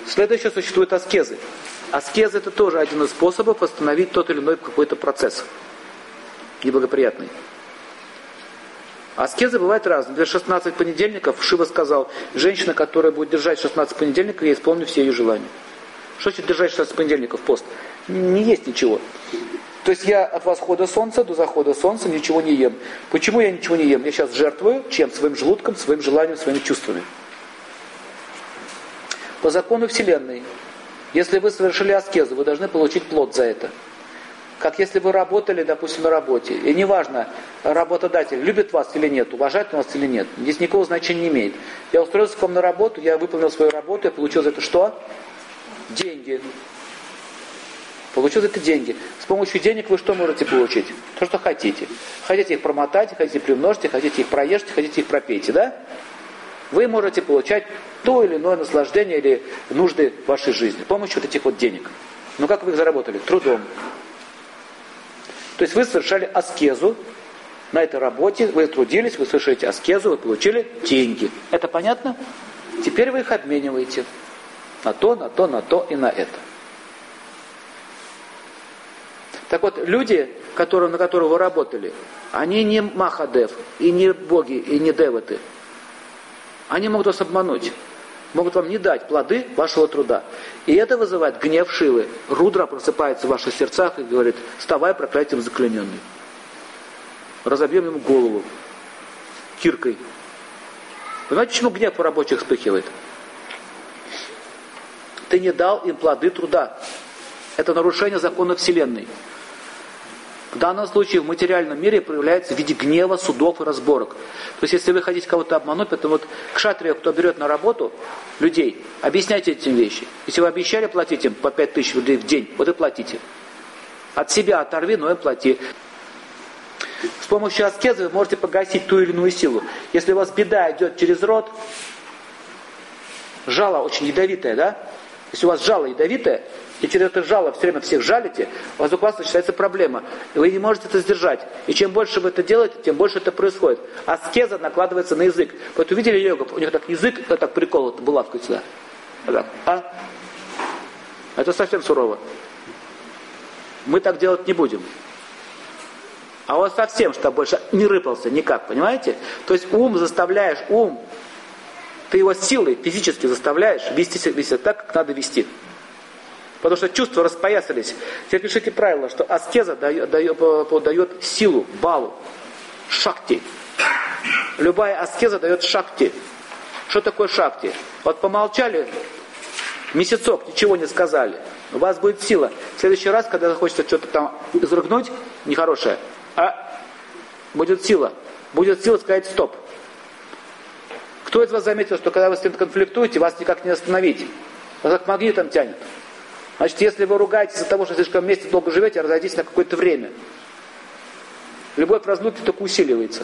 Следующее, существуют аскезы. Аскезы — это тоже один из способов остановить тот или иной какой-то процесс неблагоприятный. Аскезы бывают разные. Например, 16 понедельников, Шива сказал, женщина, которая будет держать 16 понедельников, я исполню все ее желания. Что значит держать 16 понедельников пост? Не есть ничего. То есть я от восхода солнца до захода солнца ничего не ем. Почему я ничего не ем? Я сейчас жертвую чем? Своим желудком, своим желанием, своими чувствами. По закону Вселенной, если вы совершили аскезу, вы должны получить плод за это. Как если вы работали, допустим, на работе. И неважно, работодатель любит вас или нет, уважает вас или нет. Здесь никакого значения не имеет. Я устроился к вам на работу, я выполнил свою работу, я получил за это что? Деньги. Получил за это деньги. С помощью денег вы что можете получить? То, что хотите. Хотите их промотать, хотите приумножьте, хотите их проешьте, хотите их пропейте, да? Вы можете получать то или иное наслаждение или нужды вашей жизни с помощью вот этих вот денег. Но как вы их заработали? Трудом. То есть вы совершали аскезу на этой работе, вы трудились, вы совершаете аскезу, вы получили деньги. Это понятно? Теперь вы их обмениваете на то, на то, на то и на это. Так вот, люди, на которых вы работали, они не Махадев, и не боги, и не деваты. Они могут вас обмануть, могут вам не дать плоды вашего труда. И это вызывает гнев Шивы. Рудра просыпается в ваших сердцах и говорит: вставай, проклятием закляненный. Разобьем ему голову киркой. Понимаете, почему гнев у рабочих вспыхивает? Ты не дал им плоды труда. Это нарушение закона Вселенной. В данном случае в материальном мире проявляется в виде гнева, судов и разборок. То есть, если вы хотите кого-то обмануть, поэтому вот кшатрию, кто берет на работу людей, объясняйте этим вещи. Если вы обещали платить им по 5000 рублей в день, вот и платите. От себя оторви, но и плати. С помощью аскезы вы можете погасить ту или иную силу. Если у вас беда идет через род, жало очень ядовитое, да? Если у вас жало ядовитое, и через это жало все время всех жалите, у вас начинается проблема. И вы не можете это сдержать. И чем больше вы это делаете, тем больше это происходит. Аскеза накладывается на язык. Вот увидели йогов, у них так язык, вот так приколот булавкой сюда. Вот так. Это совсем сурово. Мы так делать не будем. А вот совсем, чтобы больше не рыпался никак, понимаете? То есть ум заставляешь, ты его силой физически заставляешь вести себя так, как надо вести. Потому что чувства распоясались. Теперь пишите правило, что аскеза дает силу, балу, шакти. Любая аскеза дает шакти. Что такое шакти? Вот помолчали, месяцок, ничего не сказали. У вас будет сила. В следующий раз, когда захочется что-то там изрыгнуть, нехорошее, будет сила. Будет сила сказать стоп. Кто из вас заметил, что когда вы с кем-то конфликтуете, вас никак не остановить? Вас как магнитом тянет. Значит, если вы ругаетесь из-за того, что слишком вместе долго живете, разойдитесь на какое-то время. Любовь в разлуке только усиливается.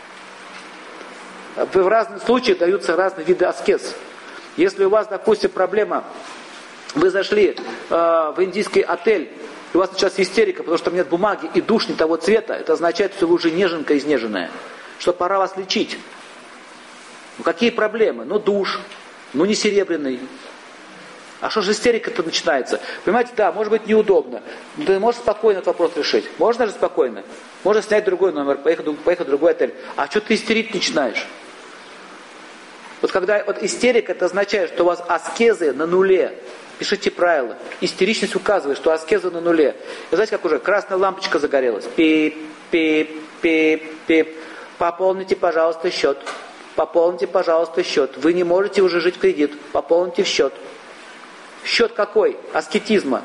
В разных случаях даются разные виды аскез. Если у вас, допустим, проблема, вы зашли в индийский отель, и у вас сейчас истерика, потому что там нет бумаги и душ не того цвета, это означает, что вы уже неженка изнеженная, что пора вас лечить. Ну какие проблемы? Ну душ, ну не серебряный. А что же истерика-то начинается? Понимаете, да, может быть неудобно. Но ты можешь спокойно этот вопрос решить. Можно же спокойно. Можно снять другой номер, поехать в другой отель. А что ты истерить начинаешь? Вот когда истерика, это означает, что у вас аскезы на нуле. Пишите правила. Истеричность указывает, что аскеза на нуле. И знаете, как уже красная лампочка загорелась. Пип, пип, пип, пип. Пополните, пожалуйста, счет. Пополните, пожалуйста, счет. Вы не можете уже жить в кредит. Пополните в счет. Счет какой? Аскетизма.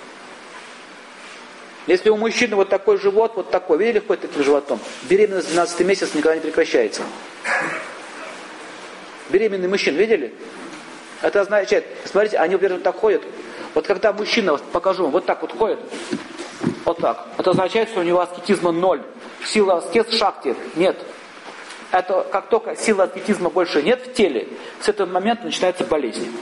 Если у мужчины вот такой живот, вот такой, видели, ходит таким животом? Беременность в 12 месяц никогда не прекращается. Беременный мужчин, видели? Это означает, смотрите, они, например, так ходят. Вот когда мужчина, покажу вам, вот так вот ходит, вот так. Это означает, что у него аскетизма 0. Сила аскез шакти нет. Это как только силы аскетизма больше нет в теле, с этого момента начинается болезнь.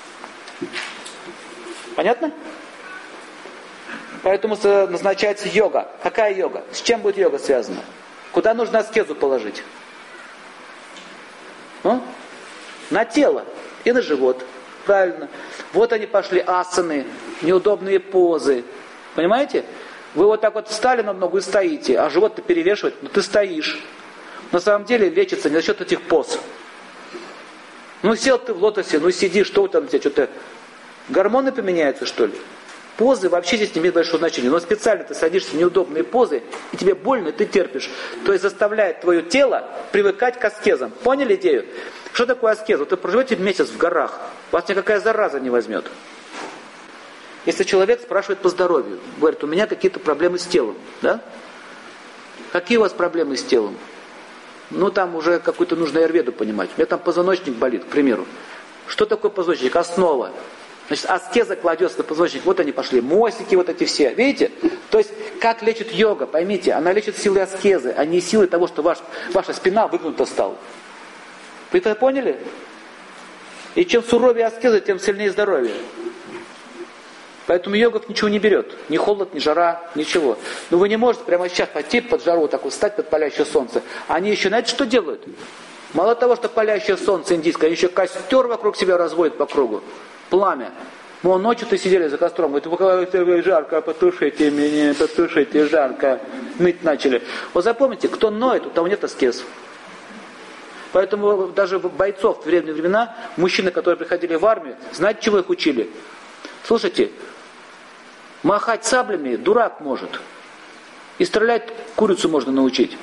Понятно? Поэтому назначается йога. Какая йога? С чем будет йога связана? Куда нужно аскезу положить? На тело и на живот. правильно. Вот они пошли асаны, неудобные позы. Понимаете? Вы вот так вот встали на ногу и стоите, а живот-то перевешивает, но ты стоишь. На самом деле лечится не за счет этих поз. Ну сел ты в лотосе, ну сиди, что там у тебя, что-то гормоны поменяются, что ли? Позы вообще здесь не имеют большого значения. Но специально ты садишься в неудобные позы, и тебе больно, и ты терпишь. То есть заставляет твое тело привыкать к аскезам. Поняли идею? Что такое аскеза? Вот вы проживете месяц в горах, вас никакая зараза не возьмет. Если человек спрашивает по здоровью, говорит, у меня какие-то проблемы с телом, да? Какие у вас проблемы с телом? Ну там уже какую-то нужно аюрведу понимать. У меня там позвоночник болит, к примеру. Что такое позвоночник? Основа. Значит, аскеза кладется на позвоночник. Вот они пошли, мостики вот эти все. Видите? То есть, как лечит йога, поймите, она лечит силой аскезы, а не силой того, что ваша спина выгнута стала. Вы это поняли? И чем суровее аскеза, тем сильнее здоровье. Поэтому йогов ничего не берет. Ни холод, ни жара, ничего. Но вы не можете прямо сейчас пойти под жару, так вот встать под палящее солнце. Они еще, знаете, что делают? Мало того, что палящее солнце индийское, они еще костер вокруг себя разводят по кругу. Пламя. Мы ночью-то сидели за костром, говорит, жарко, потушите меня, потушите, жарко. Ныть начали. Вот запомните, кто ноет, у того нет аскез. Поэтому даже бойцов в древние времена, мужчины, которые приходили в армию, знаете, чего их учили? Слушайте, махать саблями дурак может. И стрелять курицу можно научить.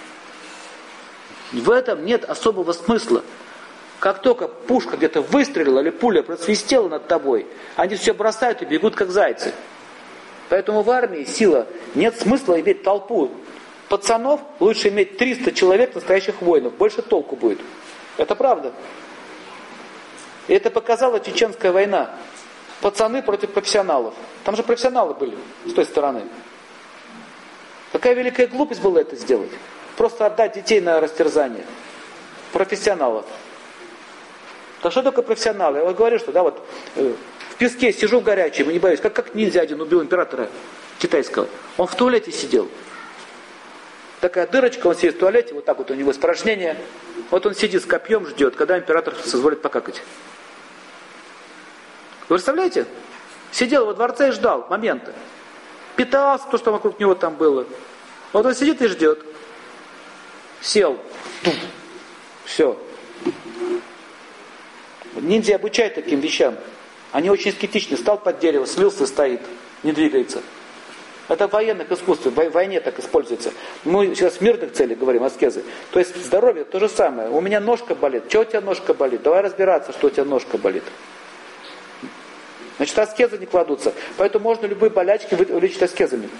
В этом нет особого смысла. Как только пушка где-то выстрелила или пуля просвистела над тобой, они все бросают и бегут как зайцы. Поэтому в армии сила, нет смысла иметь толпу пацанов, лучше иметь 300 человек настоящих воинов, больше толку будет. Это правда. И это показала Чеченская война. Пацаны против профессионалов. Там же профессионалы были с той стороны. Какая великая глупость была это сделать. Просто отдать детей на растерзание. Профессионалов. Так что такое профессионалы? Я вот говорю, что да, вот в песке сижу горячим, не боюсь. Как ниндзя один убил императора китайского. Он в туалете сидел. Такая дырочка, он сидит в туалете, вот так вот у него испражнение. Вот он сидит с копьем, ждет, когда император созволит покакать. Вы представляете? Сидел во дворце и ждал момента. Питался то, что вокруг него там было. Вот он сидит и ждет. Сел. Все. Ниндзя обучают таким вещам. Они очень скептичны. Встал под дерево, слился, стоит, не двигается. Это в военных искусствах, в войне так используется. Мы сейчас в мирных целях говорим, аскезы. То есть здоровье то же самое. У меня ножка болит. Чего у тебя ножка болит? Давай разбираться, что у тебя ножка болит. Значит, аскезы не кладутся. Поэтому можно любые болячки вылечить аскезами.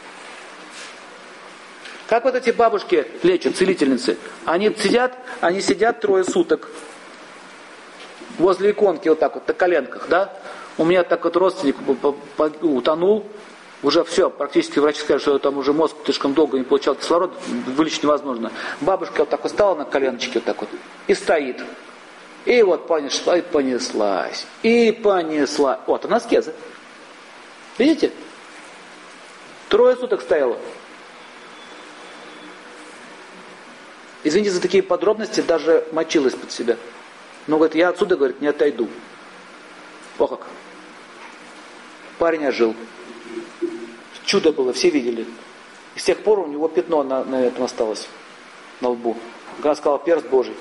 Как вот эти бабушки лечат, целительницы? Они сидят 3 суток возле иконки вот так вот, на коленках, да? У меня так вот родственник утонул, уже все, практически врачи сказали, что там уже мозг слишком долго не получал кислород, вылечить невозможно. Бабушка вот так вот встала на коленочке вот так вот и стоит. И вот понеслась. Вот она аскеза. Видите? 3 суток стояла. Извините за такие подробности, даже мочилась под себя. Но говорит, я отсюда, говорит, не отойду. О как. Парень ожил. Чудо было, все видели. И с тех пор у него пятно на этом осталось. На лбу. Когда сказал, перст Божий.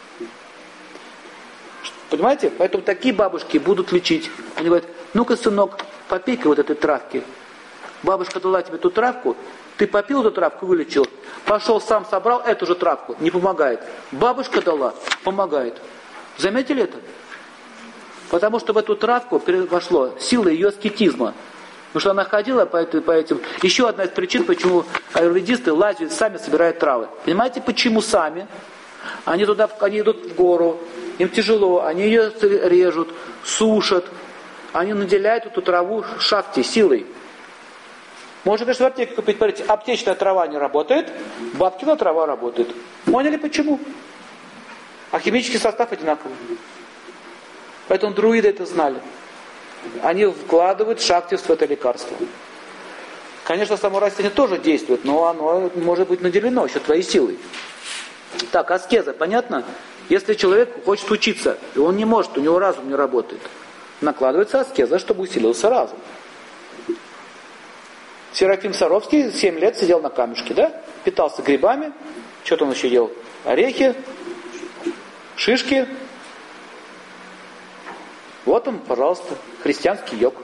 Понимаете? Поэтому такие бабушки будут лечить. Они говорят, ну-ка, сынок, попей-ка вот этой травки. Бабушка дала тебе эту травку, ты попил эту травку, вылечил. Пошел сам собрал эту же травку, не помогает. Бабушка дала, помогает. Заметили это? Потому что в эту травку вошло сила ее аскетизма. Потому что она ходила по этим... Еще одна из причин, почему аюрведисты лазят сами, собирают травы. Понимаете, почему сами? Они идут в гору, им тяжело, они ее режут, сушат, они наделяют эту траву шакти, силой. Можно, конечно, в аптеке купить, смотрите, аптечная трава не работает, бабкина трава работает. Поняли почему? А химический состав одинаковый. Поэтому друиды это знали. Они вкладывают шакти в это лекарство. Конечно, само растение тоже действует, но оно может быть наделено еще твоей силой. Так, аскеза, понятно? Если человек хочет учиться, и он не может, у него разум не работает, накладывается аскеза, чтобы усилился разум. Серафим Саровский 7 лет сидел на камешке, да? Питался грибами. Что-то он еще ел? Орехи, шишки. Вот он, пожалуйста, христианский йог.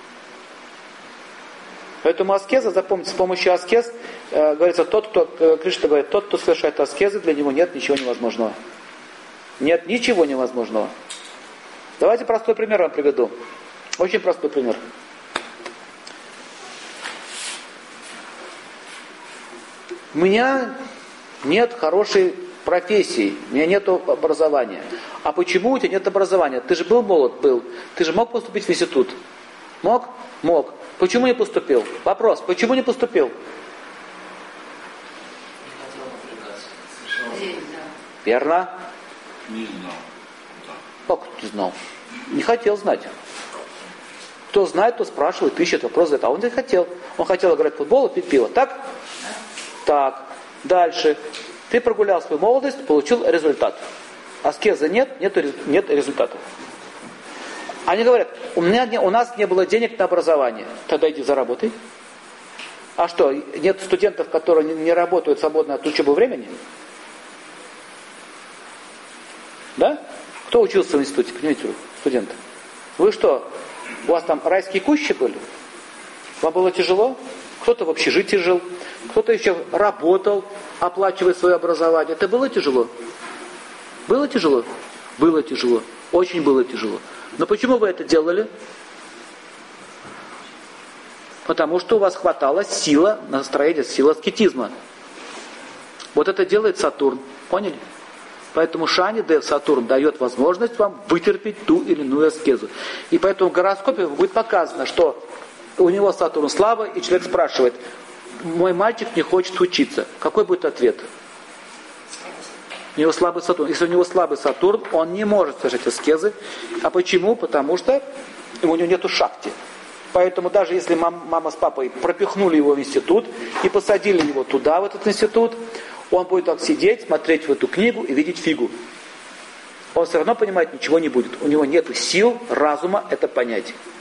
Поэтому аскеза, запомните, с помощью аскез, говорится, Кришна говорит, тот, кто совершает аскезы, для него нет ничего невозможного. Нет ничего невозможного. Давайте простой пример вам приведу. Очень простой пример. У меня нет хорошей профессии, у меня нет образования. А почему у тебя нет образования? Ты же был молод, был. Ты же мог поступить в институт? Мог? Мог. Почему не поступил? Вопрос, почему не поступил? Верно? Не знал. Как не знал? Не хотел знать. Кто знает, то спрашивает, ищет вопрос, задает. А он не хотел. Он хотел играть в футбол и пить пиво. Так? Так. Дальше. Ты прогулял свою молодость, получил результат. Аскеза нет результата. Они говорят, у нас не было денег на образование. Тогда иди заработай. А что, нет студентов, которые не работают свободно от учебы времени? Да? Кто учился в институте? Понимаете, студенты? Вы что, у вас там райские кущи были? Вам было тяжело? Кто-то в общежитии жил, кто-то еще работал, оплачивая свое образование. Это было тяжело? Было тяжело? Было тяжело. Очень было тяжело. Но почему вы это делали? Потому что у вас хватало сила настроения, сила аскетизма. Вот это делает Сатурн. Поняли? Поэтому Шани, Сатурн, дает возможность вам вытерпеть ту или иную аскезу. И поэтому в гороскопе будет показано, что у него Сатурн слабый, и человек спрашивает, мой мальчик не хочет учиться. Какой будет ответ? У него слабый Сатурн. Если у него слабый Сатурн, он не может совершать аскезы. А почему? Потому что у него нету шакти. Поэтому даже если мама с папой пропихнули его в институт и посадили его туда, в этот институт, он будет так сидеть, смотреть в эту книгу и видеть фигу. Он все равно понимать ничего не будет. У него нет сил, разума это понять.